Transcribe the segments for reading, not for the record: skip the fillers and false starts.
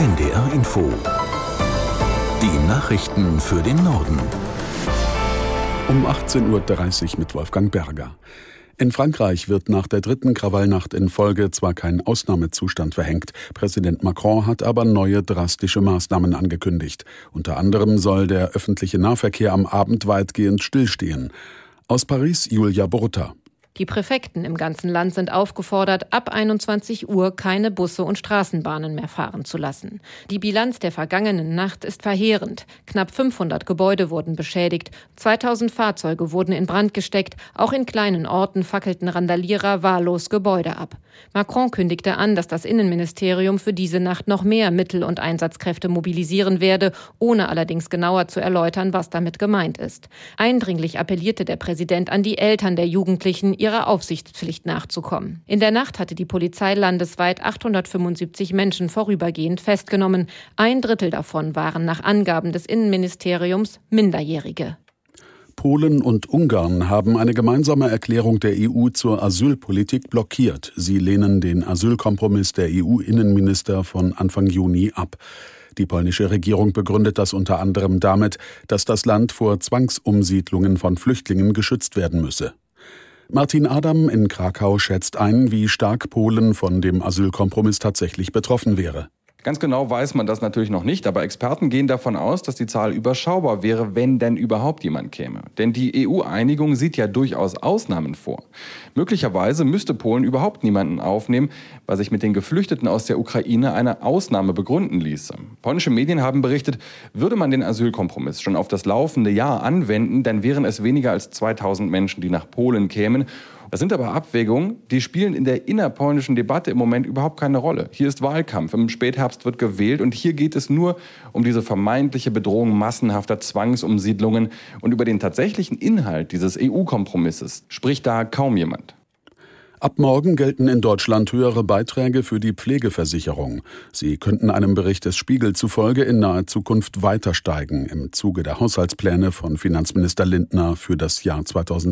NDR Info. Die Nachrichten für den Norden. Um 18.30 Uhr mit Wolfgang Berger. In Frankreich wird nach der dritten Krawallnacht in Folge zwar kein Ausnahmezustand verhängt, Präsident Macron hat aber neue drastische Maßnahmen angekündigt. Unter anderem soll der öffentliche Nahverkehr am Abend weitgehend stillstehen. Aus Paris Julia Burta. Die Präfekten im ganzen Land sind aufgefordert, ab 21 Uhr keine Busse und Straßenbahnen mehr fahren zu lassen. Die Bilanz der vergangenen Nacht ist verheerend. Knapp 500 Gebäude wurden beschädigt, 2000 Fahrzeuge wurden in Brand gesteckt, auch in kleinen Orten fackelten Randalierer wahllos Gebäude ab. Macron kündigte an, dass das Innenministerium für diese Nacht noch mehr Mittel und Einsatzkräfte mobilisieren werde, ohne allerdings genauer zu erläutern, was damit gemeint ist. Eindringlich appellierte der Präsident an die Eltern der Jugendlichen, ihrer Aufsichtspflicht nachzukommen. In der Nacht hatte die Polizei landesweit 875 Menschen vorübergehend festgenommen. 1/3 davon waren nach Angaben des Innenministeriums Minderjährige. Polen und Ungarn haben eine gemeinsame Erklärung der EU zur Asylpolitik blockiert. Sie lehnen den Asylkompromiss der EU-Innenminister von Anfang Juni ab. Die polnische Regierung begründet das unter anderem damit, dass das Land vor Zwangsumsiedlungen von Flüchtlingen geschützt werden müsse. Martin Adam in Krakau schätzt ein, wie stark Polen von dem Asylkompromiss tatsächlich betroffen wäre. Ganz genau weiß man das natürlich noch nicht, aber Experten gehen davon aus, dass die Zahl überschaubar wäre, wenn denn überhaupt jemand käme. Denn die EU-Einigung sieht ja durchaus Ausnahmen vor. Möglicherweise müsste Polen überhaupt niemanden aufnehmen, weil sich mit den Geflüchteten aus der Ukraine eine Ausnahme begründen ließe. Polnische Medien haben berichtet, würde man den Asylkompromiss schon auf das laufende Jahr anwenden, dann wären es weniger als 2000 Menschen, die nach Polen kämen. Das sind aber Abwägungen, die spielen in der innerpolnischen Debatte im Moment überhaupt keine Rolle. Hier ist Wahlkampf, im Spätherbst wird gewählt und hier geht es nur um diese vermeintliche Bedrohung massenhafter Zwangsumsiedlungen. Und über den tatsächlichen Inhalt dieses EU-Kompromisses spricht da kaum jemand. Ab morgen gelten in Deutschland höhere Beiträge für die Pflegeversicherung. Sie könnten einem Bericht des Spiegel zufolge in naher Zukunft weiter steigen im Zuge der Haushaltspläne von Finanzminister Lindner für das Jahr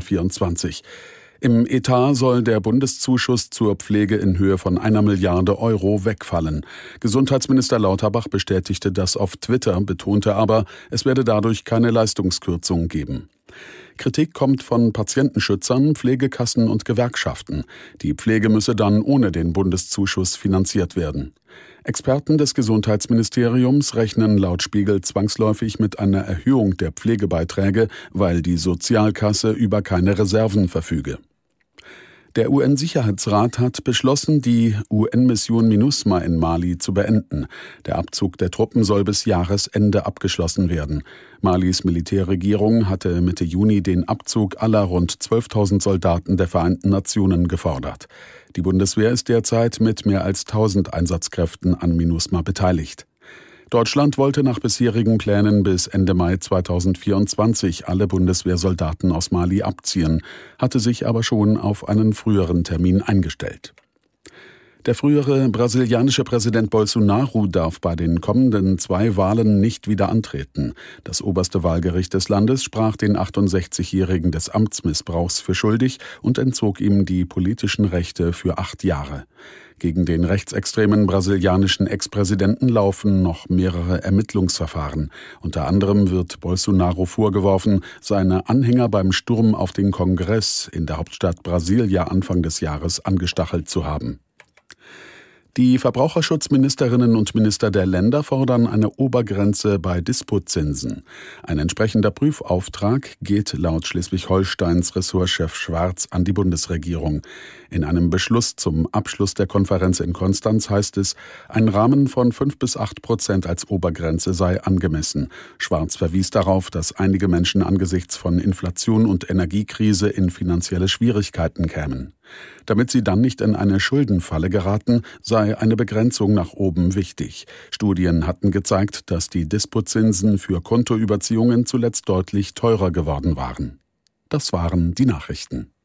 2024. Im Etat soll der Bundeszuschuss zur Pflege in Höhe von 1 Milliarde Euro wegfallen. Gesundheitsminister Lauterbach bestätigte das auf Twitter, betonte aber, es werde dadurch keine Leistungskürzung geben. Kritik kommt von Patientenschützern, Pflegekassen und Gewerkschaften. Die Pflege müsse dann ohne den Bundeszuschuss finanziert werden. Experten des Gesundheitsministeriums rechnen laut Spiegel zwangsläufig mit einer Erhöhung der Pflegebeiträge, weil die Sozialkasse über keine Reserven verfüge. Der UN-Sicherheitsrat hat beschlossen, die UN-Mission MINUSMA in Mali zu beenden. Der Abzug der Truppen soll bis Jahresende abgeschlossen werden. Malis Militärregierung hatte Mitte Juni den Abzug aller rund 12.000 Soldaten der Vereinten Nationen gefordert. Die Bundeswehr ist derzeit mit mehr als 1.000 Einsatzkräften an MINUSMA beteiligt. Deutschland wollte nach bisherigen Plänen bis Ende Mai 2024 alle Bundeswehrsoldaten aus Mali abziehen, hatte sich aber schon auf einen früheren Termin eingestellt. Der frühere brasilianische Präsident Bolsonaro darf bei den kommenden 2 Wahlen nicht wieder antreten. Das oberste Wahlgericht des Landes sprach den 68-Jährigen des Amtsmissbrauchs für schuldig und entzog ihm die politischen Rechte für 8 Jahre. Gegen den rechtsextremen brasilianischen Ex-Präsidenten laufen noch mehrere Ermittlungsverfahren. Unter anderem wird Bolsonaro vorgeworfen, seine Anhänger beim Sturm auf den Kongress in der Hauptstadt Brasilia Anfang des Jahres angestachelt zu haben. Die Verbraucherschutzministerinnen und Minister der Länder fordern eine Obergrenze bei Dispozinsen. Ein entsprechender Prüfauftrag geht laut Schleswig-Holsteins Ressortchef Schwarz an die Bundesregierung. In einem Beschluss zum Abschluss der Konferenz in Konstanz heißt es, ein Rahmen von 5-8% als Obergrenze sei angemessen. Schwarz verwies darauf, dass einige Menschen angesichts von Inflation und Energiekrise in finanzielle Schwierigkeiten kämen. Damit sie dann nicht in eine Schuldenfalle geraten, sei eine Begrenzung nach oben wichtig. Studien hatten gezeigt, dass die Dispozinsen für Kontoüberziehungen zuletzt deutlich teurer geworden waren. Das waren die Nachrichten.